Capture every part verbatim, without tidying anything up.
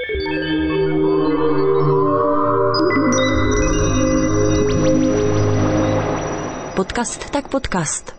Подкаст так подкаст.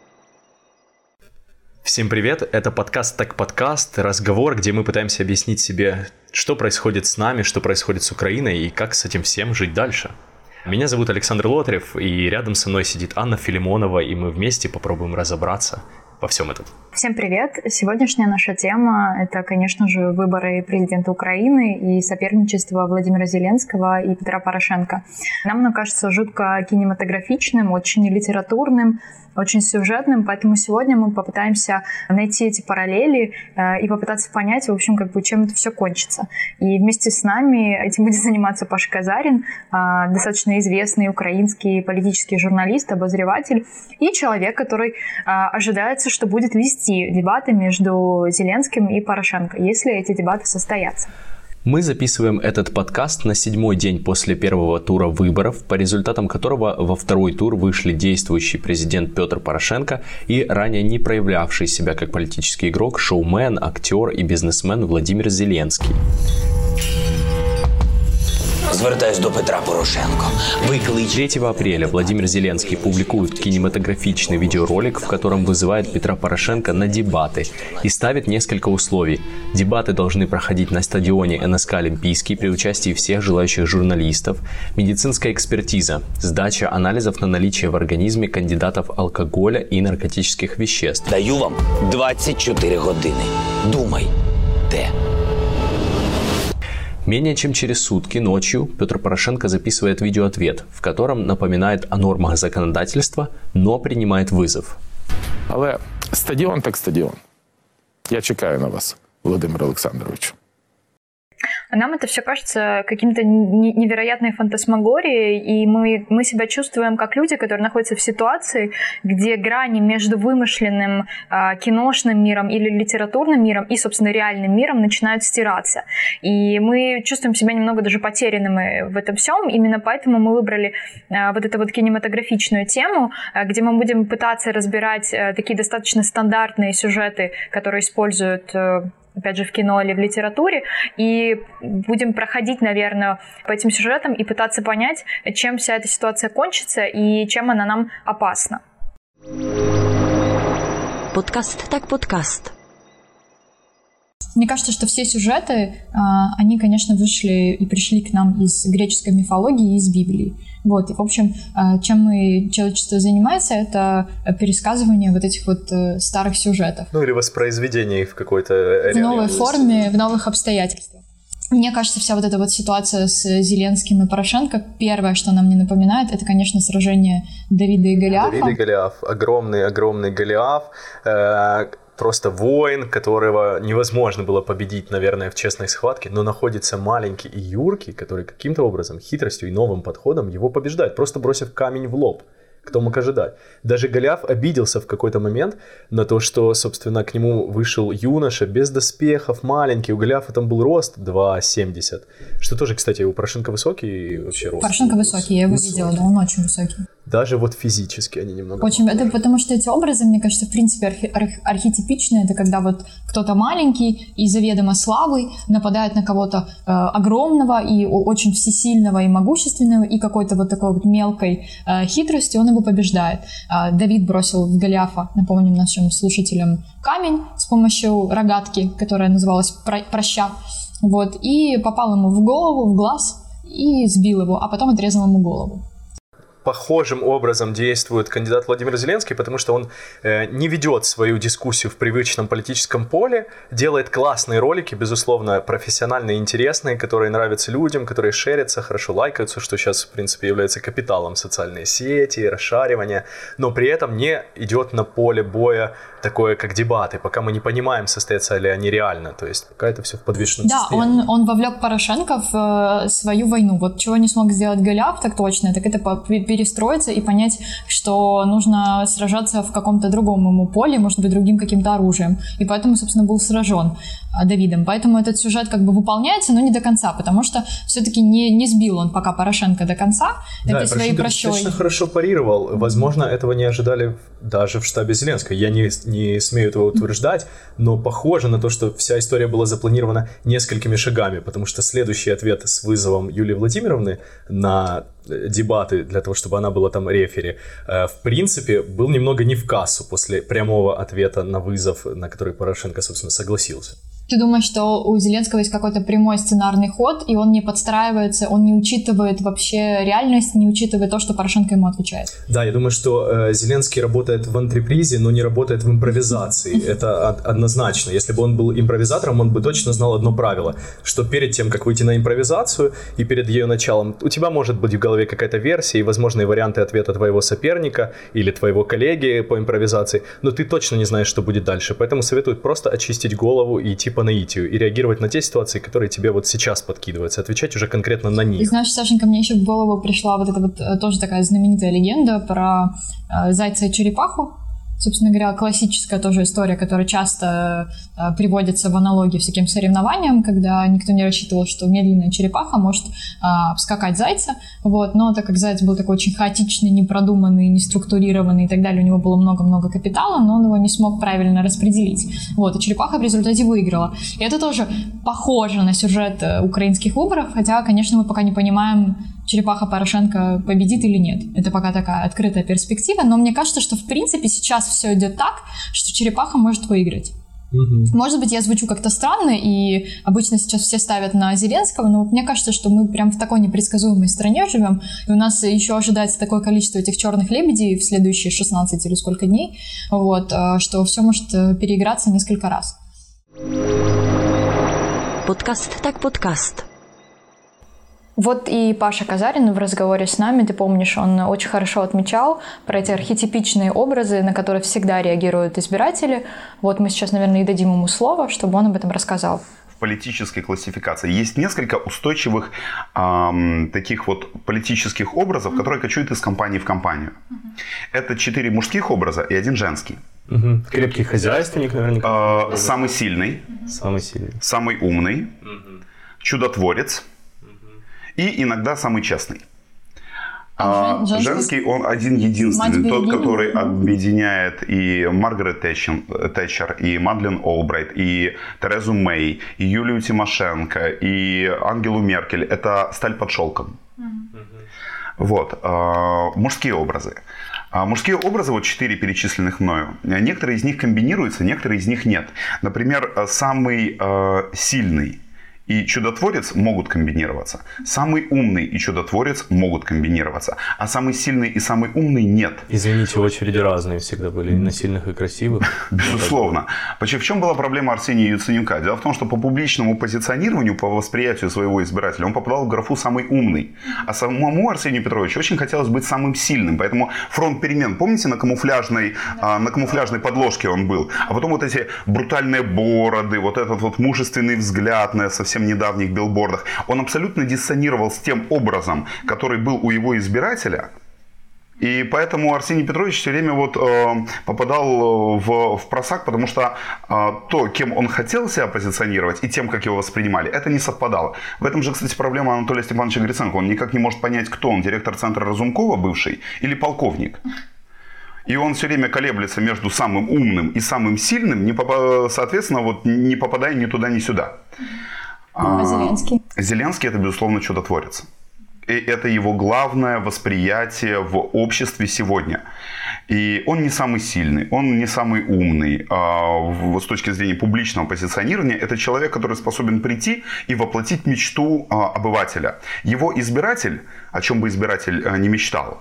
Всем привет, это подкаст так подкаст, разговор, где мы пытаемся объяснить себе, что происходит с нами, что происходит с Украиной и как с этим всем жить дальше. Меня зовут Александр Лотарев, и рядом со мной сидит Анна Филимонова, и мы вместе попробуем разобраться во всем этом. Всем привет! Сегодняшняя наша тема – это, конечно же, выборы президента Украины и соперничество Владимира Зеленского и Петра Порошенко. Нам оно кажется жутко кинематографичным, очень литературным, очень сюжетным, поэтому сегодня мы попытаемся найти эти параллели э, и попытаться понять, в общем, как бы, чем это все кончится. И вместе с нами этим будет заниматься Паша Казарин, э, достаточно известный украинский политический журналист, обозреватель и человек, который э, ожидается, что будет вести дебаты между Зеленским и Порошенко, если эти дебаты состоятся. Мы записываем этот подкаст на седьмой день после первого тура выборов, по результатам которого во второй тур вышли действующий президент Петр Порошенко и ранее не проявлявший себя как политический игрок, шоумен, актер и бизнесмен Владимир Зеленский. Звертаюсь до Петра Порошенко. Выклич... третьего апреля Владимир Зеленский публикует кинематографичный видеоролик, в котором вызывает Петра Порошенко на дебаты и ставит несколько условий. Дебаты должны проходить на стадионе эн эс ка «Олимпийский» при участии всех желающих журналистов, медицинская экспертиза, сдача анализов на наличие в организме кандидатов алкоголя и наркотических веществ. Даю вам двадцять чотири години. Думайте. Менее чем через сутки ночью Петр Порошенко записывает видеоответ, в котором напоминает о нормах законодательства, но принимает вызов. Але стадіон так стадіон. Я чекаю на вас, Володимир Олександрович. Нам это все кажется каким-то невероятной фантасмагорией, и мы, мы себя чувствуем как люди, которые находятся в ситуации, где грани между вымышленным э, киношным миром или литературным миром и, собственно, реальным миром начинают стираться. И мы чувствуем себя немного даже потерянными в этом всем. Именно поэтому мы выбрали э, вот эту вот кинематографичную тему, э, где мы будем пытаться разбирать э, такие достаточно стандартные сюжеты, которые используют... Э, опять же, в кино или в литературе, и будем проходить, наверное, по этим сюжетам и пытаться понять, чем вся эта ситуация кончится и чем она нам опасна. Подкаст так подкаст. Мне кажется, что все сюжеты, они, конечно, вышли и пришли к нам из греческой мифологии и из Библии. Вот, и, в общем, чем мы, человечество занимается, это пересказывание вот этих вот старых сюжетов. Ну, или воспроизведение их в какой-то реальности. В новой форме, в новых обстоятельствах. Мне кажется, вся вот эта вот ситуация с Зеленским и Порошенко, первое, что нам не напоминает, это, конечно, сражение Давида и Голиафа. Давид и Голиаф, огромный-огромный Голиаф, э- просто воин, которого невозможно было победить, наверное, в честной схватке, но находится маленький и юркий, который каким-то образом, хитростью и новым подходом его побеждает, просто бросив камень в лоб. Кто мог ожидать? Даже Голиаф обиделся в какой-то момент на то, что, собственно, к нему вышел юноша без доспехов, маленький. У Голиафа там был рост два семьдесят. Что тоже, кстати, у Порошенко высокий вообще рост. Порошенко высокий, я его высокий. видела, да, он очень высокий. Даже вот физически они немного... Очень, это потому что эти образы, мне кажется, в принципе, архи- арх- архетипичные. Это когда вот кто-то маленький и заведомо слабый нападает на кого-то э, огромного и очень всесильного и могущественного, и какой-то вот такой вот мелкой э, хитростью он его побеждает. Э, Давид бросил в Голиафа, напомним нашим слушателям, камень с помощью рогатки, которая называлась про- проща, вот, и попал ему в голову, в глаз и сбил его, а потом отрезал ему голову. Похожим образом действует кандидат Владимир Зеленский, потому что он э, не ведет свою дискуссию в привычном политическом поле, делает классные ролики, безусловно, профессиональные, интересные, которые нравятся людям, которые шерятся, хорошо лайкаются, что сейчас, в принципе, является капиталом социальной сети, расшаривания, но при этом не идет на поле боя такое, как дебаты, пока мы не понимаем, состоятся ли они реально, то есть пока это все в подвешенном да, состоянии. Да, он, он вовлек Порошенко в э, свою войну. Вот чего не смог сделать Голиаф так точно, так это по- перестроиться и понять, что нужно сражаться в каком-то другом ему поле, может быть, другим каким-то оружием. И поэтому, собственно, был сражен Давидом. Поэтому этот сюжет как бы выполняется, но не до конца, потому что все-таки не, не сбил он пока Порошенко до конца да, этой своей прощой. Достаточно хорошо парировал. Возможно, этого не ожидали даже в штабе Зеленского. Я не, не смею этого утверждать, но похоже на то, что вся история была запланирована несколькими шагами, потому что следующий ответ с вызовом Юлии Владимировны на дебаты для того, чтобы она была там рефери, в принципе, был немного не в кассу после прямого ответа на вызов, на который Порошенко, собственно, согласился. Ты думаешь, что у Зеленского есть какой-то прямой сценарный ход, и он не подстраивается, он не учитывает вообще реальность, не учитывает то, что Порошенко ему отвечает? Да, я думаю, что э, Зеленский работает в антрепризе, но не работает в импровизации. Это од- однозначно. Если бы он был импровизатором, он бы точно знал одно правило, что перед тем, как выйти на импровизацию и перед ее началом, у тебя может быть в голове какая-то версия и возможные варианты ответа твоего соперника или твоего коллеги по импровизации, но ты точно не знаешь, что будет дальше. Поэтому советуют просто очистить голову и идти по наитию и реагировать на те ситуации, которые тебе вот сейчас подкидываются, отвечать уже конкретно на них. И знаешь, Сашенька, мне еще в голову пришла вот эта вот тоже такая знаменитая легенда про э, зайца и черепаху. Собственно говоря, классическая тоже история, которая часто э, приводится в аналогии всяким соревнованиям, когда никто не рассчитывал, что медленная черепаха может э, обскакать зайца, вот, но так как заяц был такой очень хаотичный, непродуманный, неструктурированный и так далее, у него было много-много капитала, но он его не смог правильно распределить, вот, и черепаха в результате выиграла. И это тоже похоже на сюжет украинских выборов, хотя, конечно, мы пока не понимаем, черепаха Порошенко победит или нет. Это пока такая открытая перспектива, но мне кажется, что в принципе сейчас все идет так, что черепаха может выиграть. Угу. Может быть, я звучу как-то странно, и обычно сейчас все ставят на Зеленского, но вот мне кажется, что мы прям в такой непредсказуемой стране живем, и у нас еще ожидается такое количество этих черных лебедей в следующие шестнадцать или сколько дней, вот, что все может переиграться несколько раз. Подкаст так подкаст. Вот и Паша Казарин в разговоре с нами, ты помнишь, он очень хорошо отмечал про эти архетипичные образы, на которые всегда реагируют избиратели. Вот мы сейчас, наверное, и дадим ему слово, чтобы он об этом рассказал. В политической классификации есть несколько устойчивых эм, таких вот политических образов, которые кочуют из компании в компанию. Это четыре мужских образа и один женский. Угу. Крепкий хозяйственник, наверняка. Э, самый сильный. Самый сильный. Самый умный. Угу. Чудотворец. И иногда самый честный. А женский, женский, он один единственный. Тот, который объединяет и Маргарет Тэтчер, и Мадлен Олбрайт, и Терезу Мэй, и Юлию Тимошенко, и Ангелу Меркель. Это сталь под шелком. Mm-hmm. Вот. А, мужские образы. А мужские образы, вот четыре перечисленных мною, некоторые из них комбинируются, некоторые из них нет. Например, самый э, сильный и чудотворец могут комбинироваться. Самый умный и чудотворец могут комбинироваться. А самый сильный и самый умный нет. Извините, очереди разные всегда были. На сильных и красивых. Безусловно. В чем была проблема Арсения Яценюка? Дело в том, что по публичному позиционированию, по восприятию своего избирателя, он попадал в графу «самый умный». А самому Арсению Петровичу очень хотелось быть самым сильным. Поэтому фронт перемен, помните, на камуфляжной, на камуфляжной подложке он был? А потом вот эти брутальные бороды, вот этот вот мужественный взгляд на совсем недавних билбордах, он абсолютно диссонировал с тем образом, который был у его избирателя. И поэтому Арсений Петрович все время вот, э, попадал в, в просак, потому что э, то, кем он хотел себя позиционировать, и тем, как его воспринимали, это не совпадало. В этом же, кстати, проблема Анатолия Степановича Гриценко. Он никак не может понять, кто он, директор центра Разумкова бывший или полковник. И он все время колеблется между самым умным и самым сильным, не поп- соответственно, вот, не попадая ни туда, ни сюда. А Зеленский? Зеленский – это, безусловно, чудотворец. И это его главное восприятие в обществе сегодня. И он не самый сильный, он не самый умный. А с точки зрения публичного позиционирования, это человек, который способен прийти и воплотить мечту обывателя. Его избиратель, о чем бы избиратель не мечтал,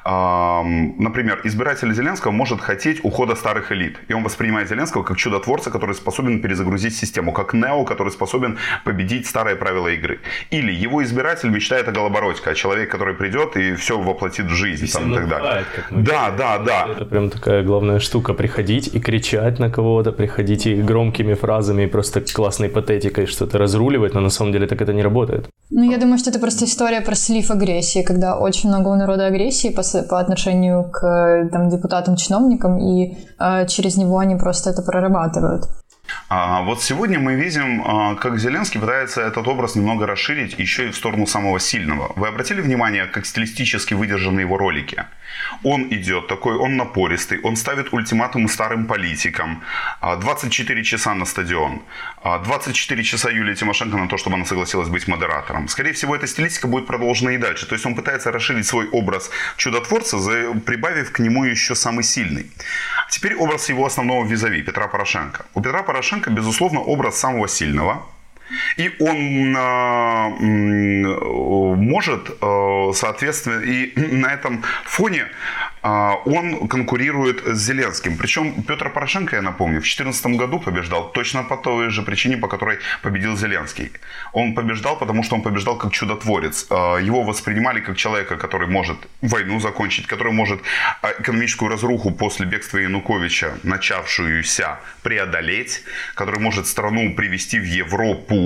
например, избиратель Зеленского может хотеть ухода старых элит. И он воспринимает Зеленского как чудотворца, который способен перезагрузить систему. Как Нео, который способен победить старые правила игры. Или его избиратель мечтает о Голобородько. О человеке, который придет и все воплотит в жизнь. Там, и так далее. Да, да, да. Да. Это прям такая главная штука, приходить и кричать на кого-то, приходить и громкими фразами, и просто классной патетикой что-то разруливать, но на самом деле так это не работает. Ну, я думаю, что это просто история про слив агрессии, когда очень много у народа агрессии по, по отношению к там, депутатам, чиновникам, и э, через него они просто это прорабатывают. А вот сегодня мы видим, как Зеленский пытается этот образ немного расширить еще и в сторону самого сильного. Вы обратили внимание, как стилистически выдержаны его ролики? Он идет такой, он напористый, он ставит ультиматумы старым политикам. двадцать четыре часа на стадион. двадцать четыре часа Юлии Тимошенко на то, чтобы она согласилась быть модератором. Скорее всего, эта стилистика будет продолжена и дальше. То есть он пытается расширить свой образ чудотворца, прибавив к нему еще самый сильный. Теперь образ его основного визави, Петра Порошенко. У Петра Порошенко, безусловно, образ самого сильного. И он э, может, э, соответственно, и на этом фоне э, он конкурирует с Зеленским. Причем Петр Порошенко, я напомню, в две тысячи четырнадцатом году побеждал точно по той же причине, по которой победил Зеленский. Он побеждал, потому что он побеждал как чудотворец. Э, его воспринимали как человека, который может войну закончить, который может экономическую разруху после бегства Януковича, начавшуюся, преодолеть, который может страну привести в Европу,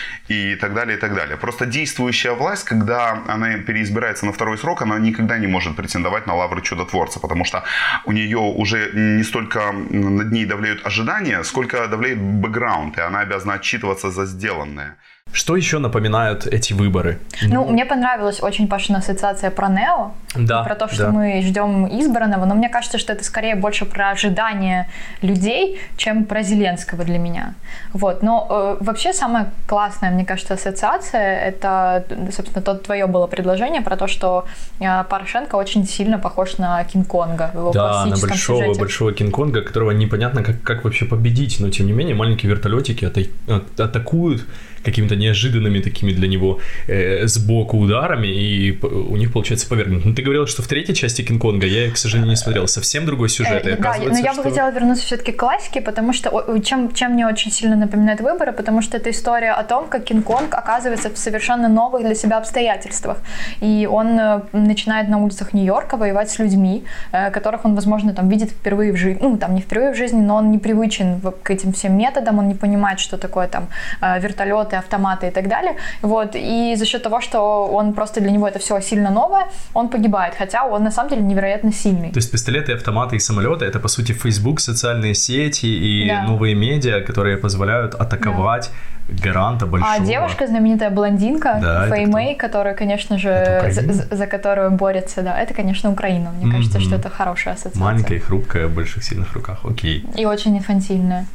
и так далее, и так далее. Просто действующая власть, когда она переизбирается на второй срок, она никогда не может претендовать на лавры чудотворца, потому что у нее уже не столько над ней давлеют ожидания, сколько давлеет бэкграунд, и она обязана отчитываться за сделанное. Что еще напоминают эти выборы? Ну, мне понравилась очень Пашина ассоциация про Нео, да, про то, что да. мы ждем избранного, но мне кажется, что это скорее больше про ожидания людей, чем про Зеленского для меня. Вот. Но э, вообще самая классная, мне кажется, ассоциация, это, собственно, то твое было предложение про то, что э, Порошенко очень сильно похож на Кинг-Конга в его да, классическом на большого, сюжете. большого Кинг-Конга, которого непонятно, как, как вообще победить, но тем не менее маленькие вертолетики ата- атакуют какими-то неожиданными такими для него э, сбоку ударами, и у них получается повергнуть. Ну, ты говорила, что в третьей части Кинг-Конга я, к сожалению, не смотрел. Совсем другой сюжет. Э, да, но я что... бы хотела вернуться все-таки к классике, потому что чем, чем мне очень сильно напоминает выборы, потому что это история о том, как Кинг-Конг оказывается в совершенно новых для себя обстоятельствах. И он начинает на улицах Нью-Йорка воевать с людьми, которых он, возможно, там видит впервые в жизни. Ну, там не впервые в жизни, но он не привычен к этим всем методам, он не понимает, что такое там вертолеты, автоматы и так далее. Вот. И за счет того, что он просто для него это все сильно новое, он погибает, хотя он на самом деле невероятно сильный. То есть пистолеты, автоматы и самолеты — это, по сути, Facebook, социальные сети и да. новые медиа, которые позволяют атаковать да. гаранта большого. А девушка, знаменитая блондинка, да, Фэй Мэй, которая, конечно же, за, за которую борется, да, это, конечно, Украина. Мне mm-hmm. кажется, что это хорошая ассоциация. Маленькая и хрупкая в больших сильных руках, окей. И очень инфантильная.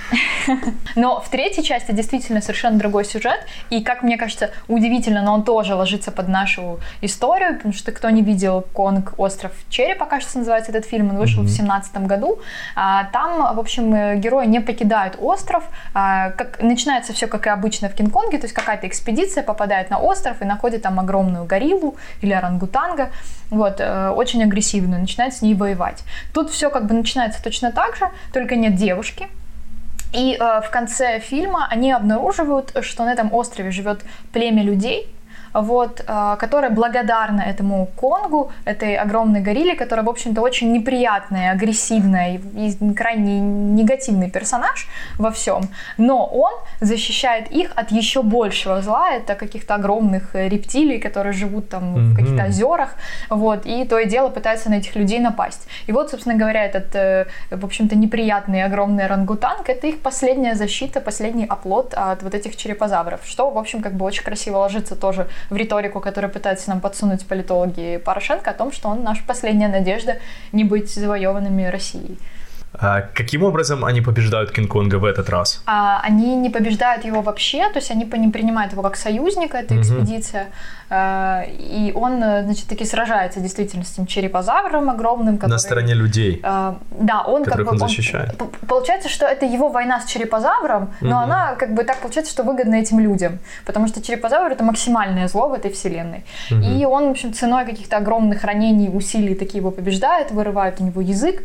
Но в третьей части действительно совершенно другой сюжет, и, как мне кажется, удивительно, но он тоже ложится под нашу историю, потому что кто не видел «Конг. Остров черепа», кажется, называется этот фильм, он вышел mm-hmm. в семнадцатом году. Там, в общем, герои не покидают остров, как, начинается все как и обычно в «Кинг-Конге», то есть какая-то экспедиция попадает на остров и находит там огромную гориллу или орангутанга, вот, очень агрессивную, начинает с ней воевать. Тут все как бы начинается точно так же, только нет девушки. И э, в конце фильма они обнаруживают, что на этом острове живет племя людей, вот, э, которое благодарно этому Конгу, этой огромной горилле, которая, в общем-то, очень неприятная, агрессивная и крайне негативный персонаж во всем. Но он защищает их от еще большего зла, это каких-то огромных рептилий, которые живут там mm-hmm. в каких-то озерах, вот, и то и дело пытаются на этих людей напасть. И вот, собственно говоря, этот, э, в общем-то, неприятный огромный орангутанг — это их последняя защита, последний оплот от вот этих черепозавров, что, в общем, как бы очень красиво ложится тоже в риторику, которую пытаются нам подсунуть политологи Порошенко, о том, что он наша последняя надежда не быть завоеванными Россией. А каким образом они побеждают Кинг-Конга в этот раз? А, они не побеждают его вообще, то есть они не принимают его как союзника, эта экспедиция, а, и он, значит, таки сражается действительно с этим черепозавром огромным, который... На стороне людей, а, да, он которых как бы, он защищает. Он, получается, что это его война с черепозавром, но угу. она как бы так получается, что выгодна этим людям, потому что черепозавр — это максимальное зло в этой вселенной. Угу. И он, в общем, ценой каких-то огромных ранений, усилий таки его побеждает, вырывает у него язык.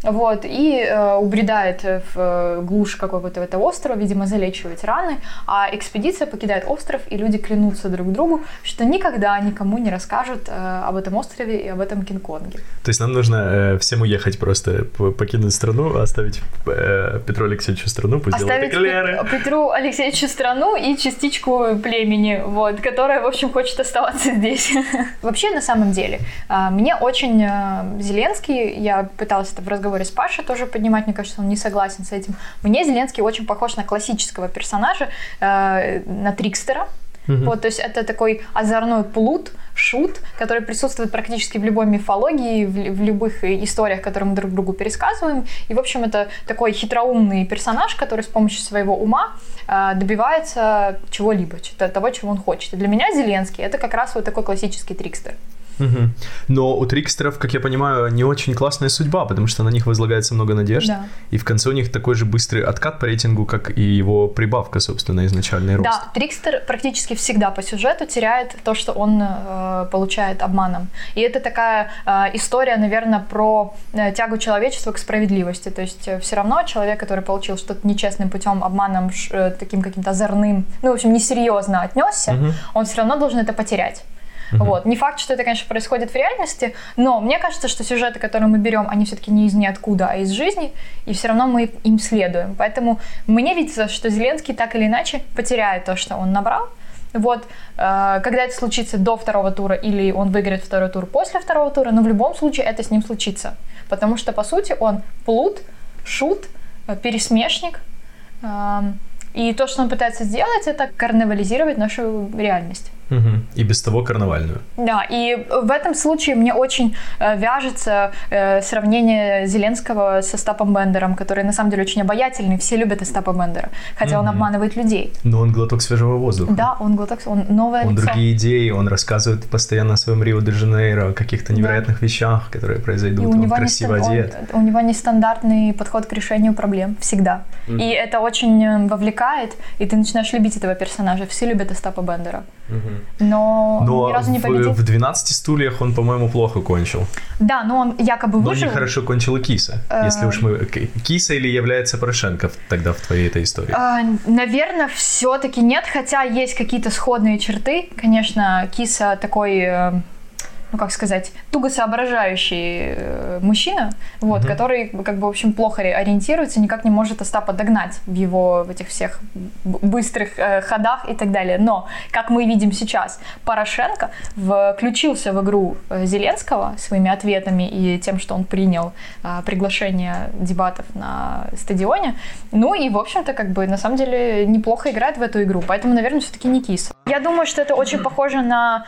вот, и э, убредает в э, глушь какого-то этого острова, видимо, залечивать раны, а экспедиция покидает остров, и люди клянутся друг другу, что никогда никому не расскажут э, об этом острове и об этом Кинг-Конге. То есть нам нужно э, всем уехать просто, покинуть страну, оставить э, Петру Алексеевичу страну, пусть оставить делает эклеры. Петру Алексеевичу страну и частичку племени, вот, которая, в общем, хочет оставаться здесь. Вообще, на самом деле, мне очень Зеленский, я пыталась это в разговоре с Пашей тоже поднимать, мне кажется, он не согласен с этим. Мне Зеленский очень похож на классического персонажа, на трикстера. Mm-hmm. Вот, то есть это такой озорной плут, шут, который присутствует практически в любой мифологии, в, в любых историях, которые мы друг другу пересказываем. И, в общем, это такой хитроумный персонаж, который с помощью своего ума э, добивается чего-либо, того, чего он хочет. И для меня Зеленский — это как раз вот такой классический трикстер. Угу. Но у трикстеров, как я понимаю, не очень классная судьба, потому что на них возлагается много надежд, да. И в конце у них такой же быстрый откат по рейтингу, как и его прибавка, собственно, изначальный рост. Да, трикстер практически всегда по сюжету теряет то, что он э, получает обманом. И это такая э, история, наверное, про э, тягу человечества к справедливости. То есть э, все равно человек, который получил что-то нечестным путем, обманом, э, таким каким-то озорным, ну, в общем, несерьезно отнесся, угу. Он все равно должен это потерять. Uh-huh. Вот. Не факт, что это, конечно, происходит в реальности, но мне кажется, что сюжеты, которые мы берем, они все-таки не из ниоткуда, а из жизни, и все равно мы им следуем. Поэтому мне видится, что Зеленский так или иначе потеряет то, что он набрал. Вот. Когда это случится до второго тура или он выиграет второй тур после второго тура, но в любом случае это с ним случится. Потому что, по сути, он плут, шут, пересмешник. И то, что он пытается сделать, это карнавализировать нашу реальность. Угу. И без того карнавальную. Да, и в этом случае мне очень э, вяжется э, сравнение Зеленского с Остапом Бендером, который на самом деле очень обаятельный, все любят Остапа Бендера, хотя угу. он обманывает людей. Но он глоток свежего воздуха. Да, он глоток, он новое он лицо. Он другие идеи, он рассказывает постоянно о своем Рио-де-Жанейро, о каких-то невероятных да. вещах, которые произойдут, он красиво одет. Он, у него нестандартный подход к решению проблем, всегда. Угу. И это очень вовлекает, и ты начинаешь любить этого персонажа. Все любят Остапа Бендера. Угу. Но, но ни разу не в, победил. в двенадцати стульях он, по-моему, плохо кончил. Да, но он якобы выжил. Но нехорошо кончила Киса. Э... Если уж мы... Киса или является Порошенко тогда в твоей этой истории? Э, наверное, все-таки нет, хотя есть какие-то сходные черты. Конечно, Киса такой... ну, как сказать, туго соображающий мужчина, вот, mm-hmm. который, как бы, в общем, плохо ориентируется, никак не может Остапа догнать в его в этих всех быстрых э, ходах и так далее. Но, как мы видим сейчас, Порошенко включился в игру Зеленского своими ответами и тем, что он принял э, приглашение дебатов на стадионе. Ну и, в общем-то, как бы, на самом деле, неплохо играет в эту игру, поэтому, наверное, все-таки не Киса. Я думаю, что это очень похоже на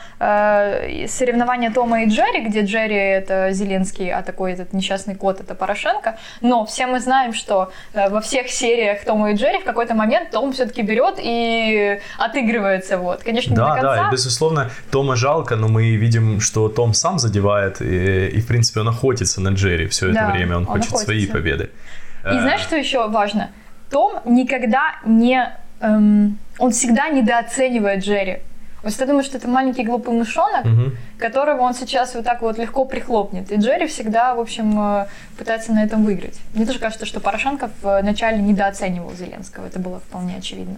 э, соревнования Тома и Джерри, где Джерри — это Зеленский, а такой этот несчастный кот — это Порошенко. Но все мы знаем, что во всех сериях Тома и Джерри в какой-то момент Том все-таки берет и отыгрывается. Вот. Конечно, да, не до конца. Да, и, безусловно, Тома жалко, но мы видим, что Том сам задевает, и, и в принципе, он охотится на Джерри все это да, время, он, он хочет охотится. Свои победы. И знаешь, что еще важно? Том никогда не... Эм, он всегда недооценивает Джерри. Вот ты думаешь, что это маленький глупый мышонок, угу. которого он сейчас вот так вот легко прихлопнет. И Джерри всегда, в общем, пытается на этом выиграть. Мне тоже кажется, что Порошенко вначале недооценивал Зеленского. Это было вполне очевидно.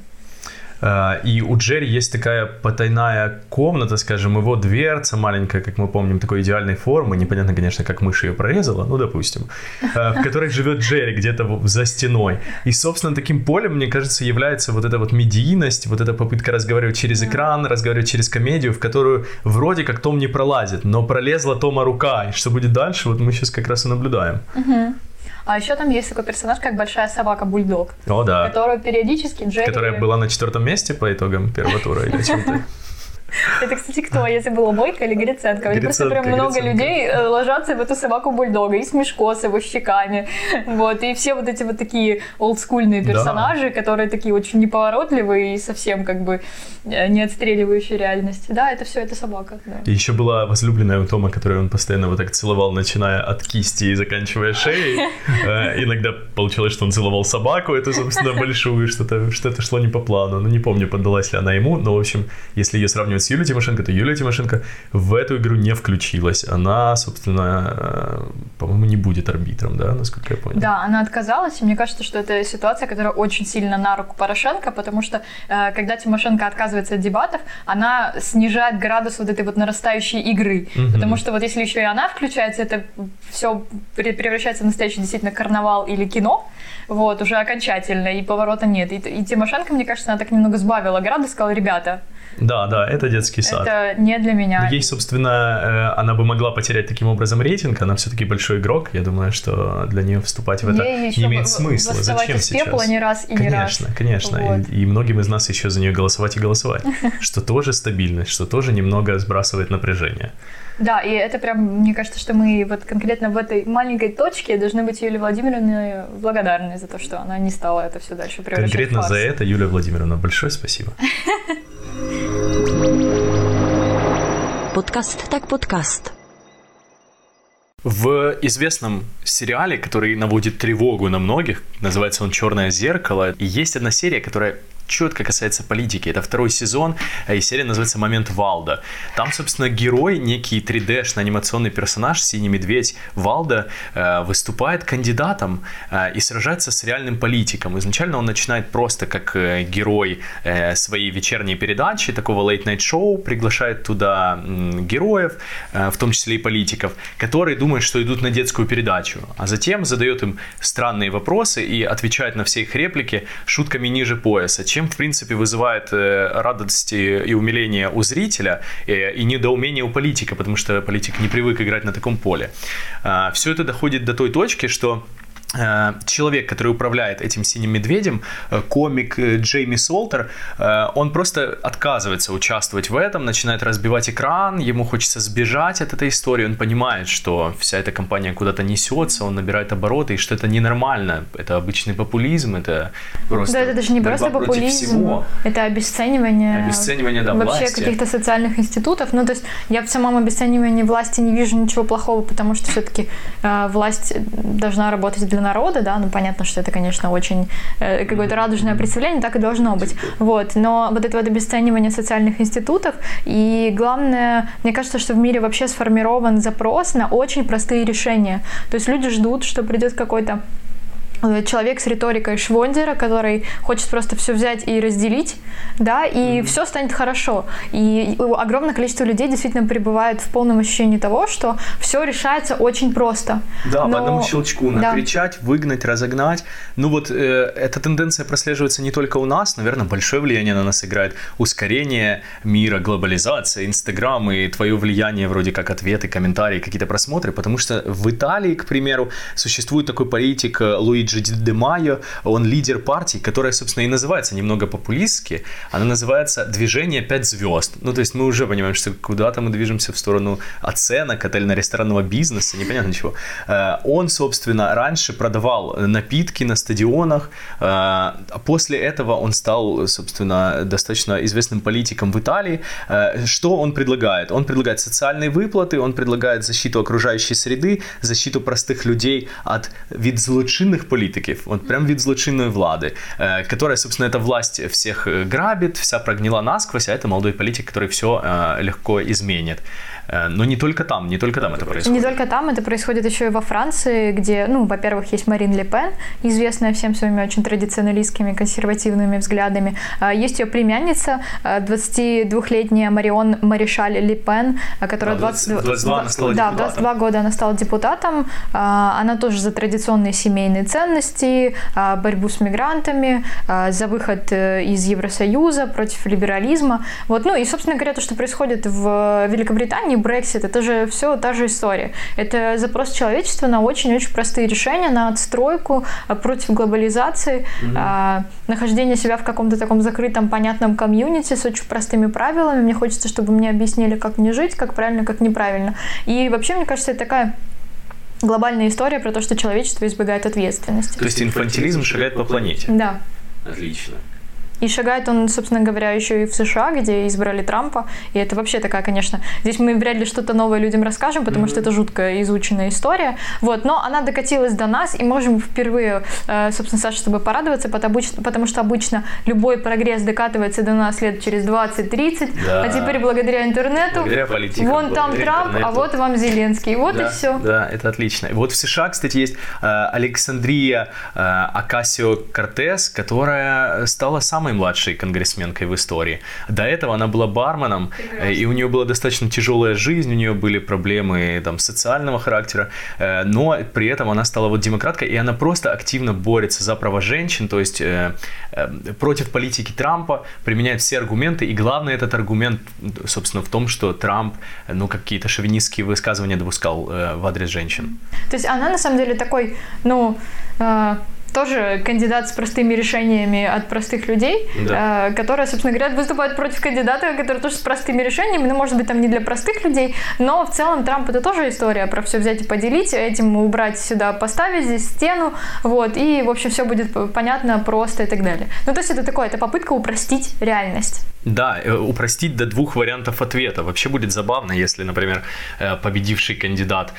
И у Джерри есть такая потайная комната, скажем, его дверца маленькая, как мы помним, такой идеальной формы. Непонятно, конечно, как мышь ее прорезала, ну, допустим. В которой живет Джерри где-то за стеной. И, собственно, таким полем, мне кажется, является вот эта вот медийность, вот эта попытка разговаривать через экран, разговаривать через комедию, в которую вроде как Том не пролазит, но пролезла Тома рука. И что будет дальше, вот мы сейчас как раз и наблюдаем. Угу. А еще там есть такой персонаж, как большая собака-бульдог. О, да. Которую периодически Джерри... Которая была на четвертом месте по итогам первого тура или чем-то. Это, кстати, кто? Если было Бойко или Гриценко? Или просто прям много Гриценко. Людей ложатся в эту собаку-бульдога. И Смешко с его щеками. Вот. И все вот эти вот такие олдскульные персонажи, да. которые такие очень неповоротливые и совсем как бы не отстреливающие реальность. Да, это все, это собака. Да. И еще была возлюбленная у Тома, которую он постоянно вот так целовал, начиная от кисти и заканчивая шеей. Иногда получалось, что он целовал собаку, эту, собственно, большую, что-то что-то шло не по плану. Ну, не помню, поддалась ли она ему, но, в общем, если ее сравнивать сравнивать с Юлией Тимошенко, то Юлия Тимошенко в эту игру не включилась. Она, собственно, по-моему, не будет арбитром, да, насколько я понял. Да, она отказалась, и мне кажется, что это ситуация, которая очень сильно на руку Порошенко, потому что э, когда Тимошенко отказывается от дебатов, она снижает градус вот этой вот нарастающей игры, угу. потому что вот если еще и она включается, это все превращается в настоящий действительно карнавал или кино, вот, уже окончательно, и поворота нет. И, и Тимошенко, мне кажется, она так немного сбавила градус, сказала, ребята, да, да, это детский сад. Это не для меня. Но ей, собственно, она бы могла потерять таким образом рейтинг, она все-таки большой игрок, я думаю, что для нее вступать в это ей не имеет смысла. Зачем из сейчас? Пепла не раз и конечно, не раз. Конечно, конечно. Вот. И, и многим из нас еще за нее голосовать и голосовать, что тоже стабильность, что тоже немного сбрасывает напряжение. Да, и это прям, мне кажется, что мы вот конкретно в этой маленькой точке должны быть Юлии Владимировне благодарны за то, что она не стала это все дальше превращать конкретно в фарс. За это, Юлия Владимировна, большое спасибо. Подкаст так подкаст. В известном сериале, который наводит тревогу на многих, называется он «Черное зеркало», и есть одна серия, которая четко касается политики. Это второй сезон, и серия называется «Момент Валда». Там, собственно, герой, некий три дэ-шный анимационный персонаж, синий медведь Валда, выступает кандидатом и сражается с реальным политиком. Изначально он начинает просто как герой своей вечерней передачи, такого лейт-найт-шоу, приглашает туда героев, в том числе и политиков, которые думают, что идут на детскую передачу, а затем задает им странные вопросы и отвечает на все их реплики шутками ниже пояса, чем, в принципе, вызывает радость и умиление у зрителя и недоумение у политика, потому что политик не привык играть на таком поле. Все это доходит до той точки, что человек, который управляет этим синим медведем, комик Джейми Солтер, он просто отказывается участвовать в этом, начинает разбивать экран, ему хочется сбежать от этой истории, он понимает, что вся эта компания куда-то несется, он набирает обороты, и что это ненормально, это обычный популизм, это просто да, это даже не просто популизм, это обесценивание, обесценивание да, вообще власти. Каких-то социальных институтов. Ну, то есть я в самом обесценивании власти не вижу ничего плохого, потому что все-таки э, власть должна работать для народа, да, ну понятно, что это, конечно, очень э, какое-то радужное представление, так и должно быть, вот, но вот это вот обесценивание социальных институтов, и главное, мне кажется, что в мире вообще сформирован запрос на очень простые решения, то есть люди ждут, что придет какой-то человек с риторикой Швондера, который хочет просто все взять и разделить, да, и mm-hmm. все станет хорошо. И огромное количество людей действительно пребывает в полном ощущении того, что все решается очень просто. Да, Но... по одному щелчку да. накричать, выгнать, разогнать. Ну вот э, эта тенденция прослеживается не только у нас, наверное, большое влияние на нас играет ускорение мира, глобализация, Инстаграм и твое влияние, вроде как ответы, комментарии, какие-то просмотры, потому что в Италии, к примеру, существует такой политик Луиджи Ди Майо, он лидер партии, которая, собственно, и называется немного популистски, она называется «Движение пять звезд». Ну, то есть мы уже понимаем, что куда-то мы движемся в сторону оценок, отельно-ресторанного бизнеса, непонятно чего. Он, собственно, раньше продавал напитки на стадионах, а после этого он стал, собственно, достаточно известным политиком в Италии. Что он предлагает? Он предлагает социальные выплаты, он предлагает защиту окружающей среды, защиту простых людей от від злочинных политиков, вот прям вид злочинной влады, э, которая, собственно, эта власть всех грабит, вся прогнила насквозь, а это молодой политик, который все э, легко изменит. Э, но не только там, не только там это происходит. Не только там, это происходит еще и во Франции, где, ну, во-первых, есть Марин Ле Пен, известная всем своими очень традиционалистскими, консервативными взглядами. Есть ее племянница, двадцатидвухлетняя Марион Маришаль Ле Пен, которая да, двадцать, двадцать два она стала да, депутатом. двадцать два года она стала депутатом. Она тоже за традиционные семейные ценности, борьбу с мигрантами, за выход из Евросоюза, против либерализма. Вот. Ну и, собственно говоря, то, что происходит в Великобритании, Брексит, это же все та же история. Это запрос человечества на очень-очень простые решения, на отстройку, против глобализации, mm-hmm. нахождение себя в каком-то таком закрытом, понятном комьюнити с очень простыми правилами. Мне хочется, чтобы мне объяснили, как мне жить, как правильно, как неправильно. И вообще, мне кажется, это такая глобальная история про то, что человечество избегает ответственности. То есть инфантилизм шагает по планете. Да. Отлично. И шагает он, собственно говоря, еще и в США, где избрали Трампа. И это вообще такая, конечно... Здесь мы вряд ли что-то новое людям расскажем, потому mm-hmm. что это жуткая изученная история. Вот. Но она докатилась до нас, и можем впервые, собственно, Саша, с тобой порадоваться, потому что обычно любой прогресс докатывается до нас лет через двадцать-тридцать. Да. А теперь благодаря интернету... Благодаря политикам. Вон там Трамп, интернету. А вот вам Зеленский. Вот да, и все. Да, это отлично. Вот в США, кстати, есть Александрия Окасио-Кортес, которая стала самой младшей конгрессменкой в истории. До этого она была барменом, Прекрасно. И у нее была достаточно тяжелая жизнь, у нее были проблемы там, социального характера, но при этом она стала вот демократкой, и она просто активно борется за права женщин, то есть э, э, против политики Трампа, применяет все аргументы, и главный этот аргумент, собственно, в том, что Трамп, ну, какие-то шовинистские высказывания допускал э, в адрес женщин. То есть она, на самом деле, такой, ну... Э... тоже кандидат с простыми решениями от простых людей, да. э, которые, собственно говоря, выступают против кандидата, который тоже с простыми решениями, ну, может быть, там не для простых людей, но в целом Трамп — это тоже история про все взять и поделить, этим убрать сюда, поставить здесь стену, вот, и, в общем, все будет понятно, просто и так далее. Ну, то есть это такое, это попытка упростить реальность. Да, упростить до двух вариантов ответа. Вообще будет забавно, если, например, победивший кандидат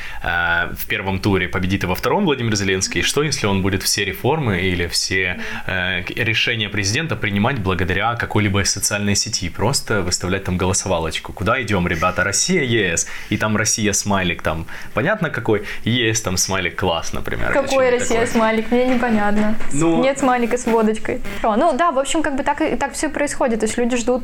в первом туре победит и во втором Владимир Зеленский. Что, если он будет все реформы или все решения президента принимать благодаря какой-либо социальной сети? Просто выставлять там голосовалочку. Куда идем, ребята? Россия, ЕС. И там Россия, смайлик. Там понятно какой? ЕС, там смайлик класс, например. Какой Россия, такой. Смайлик? Мне непонятно. Ну... Нет смайлика с водочкой. Ну да, в общем, как бы так, так все происходит. То есть люди ждут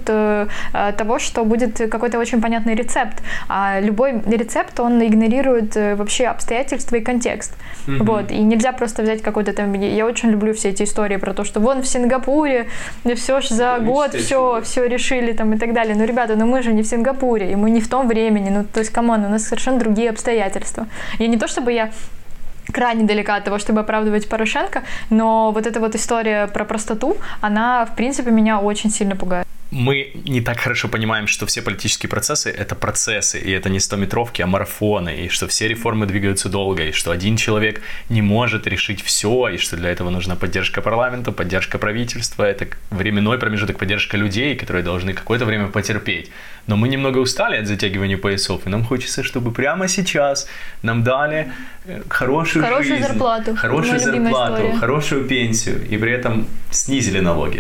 того, что будет какой-то очень понятный рецепт. А любой рецепт, он игнорирует вообще обстоятельства и контекст. Mm-hmm. Вот. И нельзя просто взять какой-то там... Я очень люблю все эти истории про то, что вон в Сингапуре все ж за год все, все решили там и так далее. Ну, ребята, ну мы же не в Сингапуре, и мы не в том времени. Ну, то есть, камон, у нас совершенно другие обстоятельства. И не то, чтобы я крайне далека от того, чтобы оправдывать Порошенко, но вот эта вот история про простоту, она, в принципе, меня очень сильно пугает. Мы не так хорошо понимаем, что все политические процессы – это процессы, и это не стометровки, а марафоны, и что все реформы двигаются долго, и что один человек не может решить все, и что для этого нужна поддержка парламента, поддержка правительства, это временной промежуток, поддержка людей, которые должны какое-то время потерпеть. Но мы немного устали от затягивания поясов, и нам хочется, чтобы прямо сейчас нам дали хорошую, хорошую жизнь, зарплату, хорошую зарплату, хорошую пенсию, и при этом снизили налоги.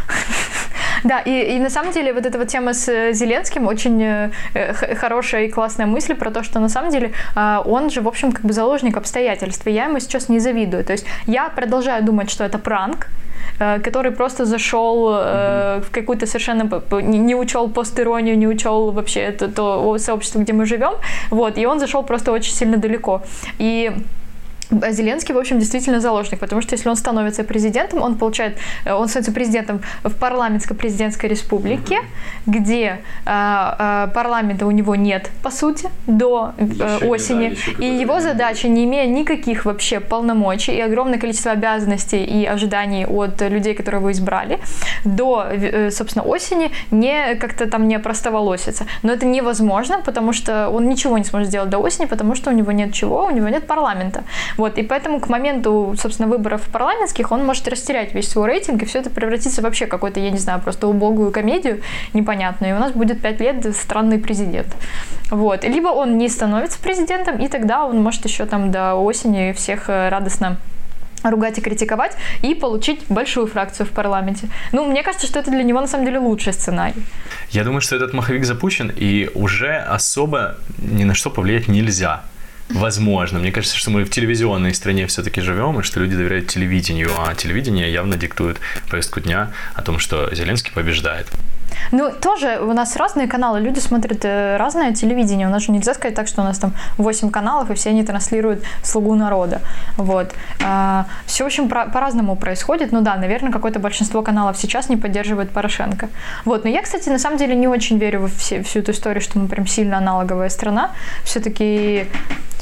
Да, и, и на самом деле вот эта вот тема с Зеленским очень э, хорошая и классная мысль про то, что на самом деле э, он же, в общем, как бы заложник обстоятельств, и я ему сейчас не завидую. То есть я продолжаю думать, что это пранк, э, который просто зашел э, mm-hmm. в какую-то совершенно... Не, не учел постиронию, не учел вообще это, то сообщество, где мы живем, вот, и он зашел просто очень сильно далеко. И... Зеленский, в общем, действительно заложник, потому что если он становится президентом, он получает, он становится президентом в парламентско-президентской республике, где э, э, парламента у него нет, по сути, до э, осени, да, и его задача, не имея никаких вообще полномочий и огромное количество обязанностей и ожиданий от людей, которые его избрали, до, э, собственно, осени не как-то там не опростоволоситься. Но это невозможно, потому что он ничего не сможет сделать до осени, потому что у него нет чего, у него нет парламента. Вот, и поэтому к моменту, собственно, выборов парламентских он может растерять весь свой рейтинг, и все это превратится вообще в какой-то, я не знаю, просто убогую комедию непонятную, и у нас будет пять лет странный президент. Вот. Либо он не становится президентом, и тогда он может еще там до осени всех радостно ругать и критиковать, и получить большую фракцию в парламенте. Ну, мне кажется, что это для него, на самом деле, лучший сценарий. Я думаю, что этот маховик запущен, и уже особо ни на что повлиять нельзя. Возможно. Мне кажется, что мы в телевизионной стране все-таки живем, и что люди доверяют телевидению, а телевидение явно диктует повестку дня о том, что Зеленский побеждает. Ну, тоже у нас разные каналы, люди смотрят разное телевидение. У нас же нельзя сказать так, что у нас там восемь каналов, и все они транслируют «Слугу народа». Вот. Все, в общем, по-разному происходит. Ну да, наверное, какое-то большинство каналов сейчас не поддерживает Порошенко. Вот. Но я, кстати, на самом деле не очень верю во все, всю эту историю, что мы прям сильно аналоговая страна. Все-таки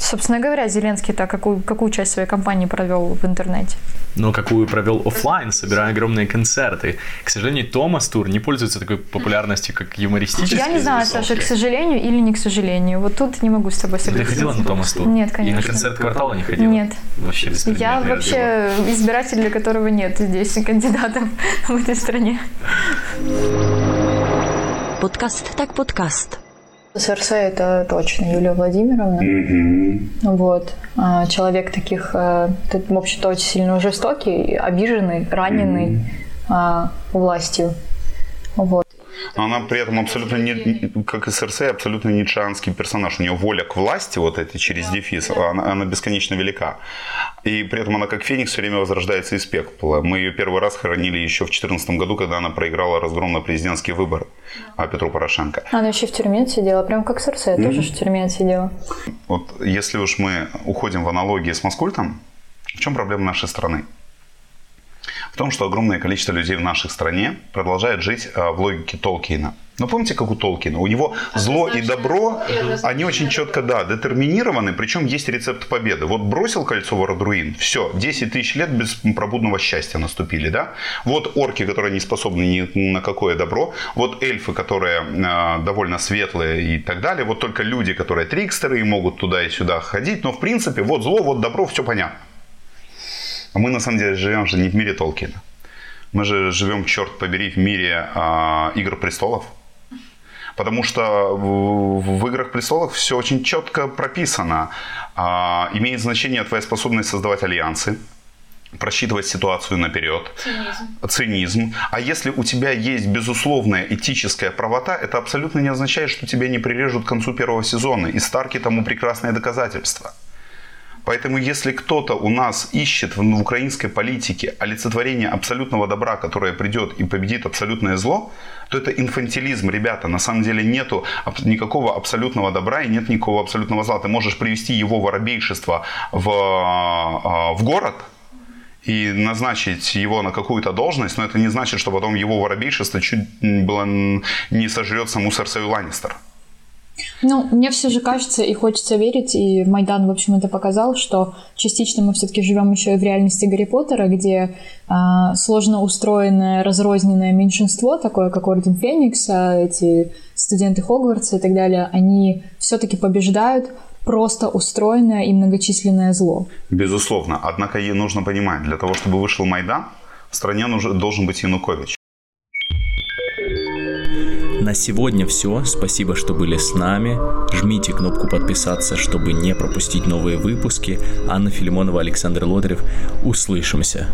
Собственно говоря, Зеленский-то какую, какую часть своей кампании провел в интернете? Но какую провел офлайн, собирая огромные концерты. К сожалению, Томас Тур не пользуется такой популярностью, как юмористический. Я не знаю, Саша, к сожалению или не к сожалению. Вот тут не могу с тобой согласиться. Ты ходила на Томас Тур? Нет, конечно. И на концерт «Квартала» не ходила? Нет. Вообще Я вообще избиратель, для которого нет здесь кандидатов в этой стране. Подкаст так подкаст. СРС это точно Юлия Владимировна. Mm-hmm. Вот. Человек таких, в общем-то, очень сильно жестокий, обиженный, раненый mm-hmm. властью. Вот. Но она при этом абсолютно, не, как и Серсей, абсолютно ницшеанский персонаж. У нее воля к власти, вот эти через дефис, она, она бесконечно велика. И при этом она как феникс все время возрождается из пепла. Мы ее первый раз хоронили еще в две тысячи четырнадцатом году, когда она проиграла разгром на президентские выборы Петру Порошенко. Она еще в тюрьме сидела, прям как Серсей, mm-hmm. тоже в тюрьме сидела. Вот если уж мы уходим в аналогии с Маскультом, в чем проблема нашей страны? В том, что огромное количество людей в нашей стране продолжает жить в логике Толкиена. Но помните, как у Толкиена? У него зло и добро, они очень четко, да, детерминированы, причем есть рецепт победы. Вот бросил кольцо в Ардруин, все, десять тысяч лет беспробудного счастья наступили, да? Вот орки, которые не способны ни на какое добро, вот эльфы, которые э, довольно светлые и так далее, вот только люди, которые трикстеры и могут туда и сюда ходить, но в принципе вот зло, вот добро, все понятно. А мы на самом деле живем же не в мире Толкиена. Мы же живем, черт побери, в мире э, Игр престолов. Потому что в, в Играх престолов все очень четко прописано. Э, имеет значение твоя способность создавать альянсы, просчитывать ситуацию наперед. Цинизм. Цинизм. А если у тебя есть безусловная этическая правота, это абсолютно не означает, что тебя не прирежут к концу первого сезона. И Старки тому прекрасное доказательство. Поэтому если кто-то у нас ищет в украинской политике олицетворение абсолютного добра, которое придет и победит абсолютное зло, то это инфантилизм, ребята. На самом деле нету никакого абсолютного добра и нет никакого абсолютного зла. Ты можешь привести его воробейшество в, в город и назначить его на какую-то должность, но это не значит, что потом его воробейшество чуть было не сожрет саму Серсею Ланнистер. Ну, мне все же кажется и хочется верить, и Майдан, в общем, это показал, что частично мы все-таки живем еще и в реальности Гарри Поттера, где э, сложно устроенное, разрозненное меньшинство, такое как Орден Феникса, эти студенты Хогвартса и так далее, они все-таки побеждают просто устроенное и многочисленное зло. Безусловно. Однако ей нужно понимать, для того, чтобы вышел Майдан, в стране нужен, должен быть Янукович. На сегодня все. Спасибо, что были с нами. Жмите кнопку подписаться, чтобы не пропустить новые выпуски. Анна Филимонова, Александр Лодырев. Услышимся.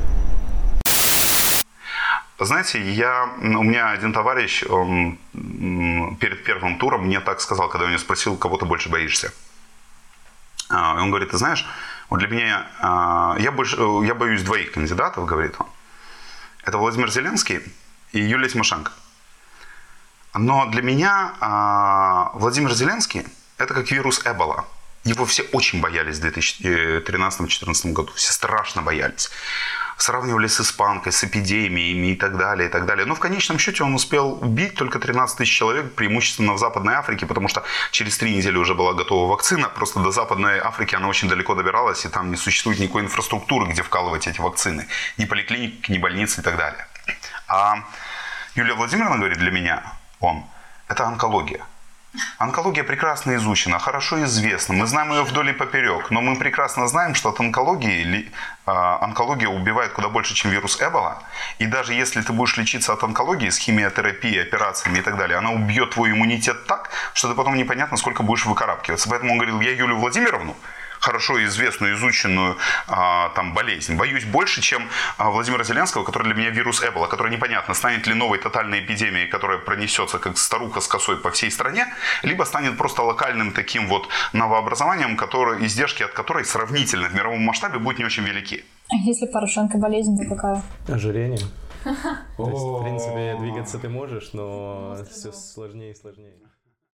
Знаете, я, у меня один товарищ, он перед первым туром мне так сказал, когда я у него спросил, кого ты больше боишься. Он говорит, ты знаешь, вот для меня, я, больше, я боюсь двоих кандидатов, говорит он. Это Владимир Зеленский и Юлия Тимошенко. Но для меня э, Владимир Зеленский – это как вирус Эбола. Его все очень боялись в две тысячи тринадцатом — две тысячи четырнадцатом году. Все страшно боялись. Сравнивали с испанкой, с эпидемиями и так далее, и так далее. Но в конечном счете он успел убить только тринадцать тысяч человек, преимущественно в Западной Африке, потому что через три недели уже была готова вакцина. Просто до Западной Африки она очень далеко добиралась, и там не существует никакой инфраструктуры, где вкалывать эти вакцины. Ни поликлиник, ни больниц и так далее. А Юлия Владимировна говорит, для меня он – это онкология. Онкология прекрасно изучена, хорошо известна. Мы знаем ее вдоль и поперек, но мы прекрасно знаем, что от онкологии э, онкология убивает куда больше, чем вирус Эбола. И даже если ты будешь лечиться от онкологии с химиотерапией, операциями и так далее, она убьет твой иммунитет так, что ты потом непонятно, сколько будешь выкарабкиваться. Поэтому он говорил, я Юлию Владимировну, хорошо известную, изученную а, там, болезнь, боюсь больше, чем а, Владимира Зеленского, который для меня вирус Эбола, который непонятно, станет ли новой тотальной эпидемией, которая пронесется как старуха с косой по всей стране, либо станет просто локальным таким вот новообразованием, который, издержки от которой сравнительно в мировом масштабе будут не очень велики. А если Порошенко болезнь, то какая? Ожирение. То есть, в принципе, двигаться ты можешь, но все сложнее и сложнее.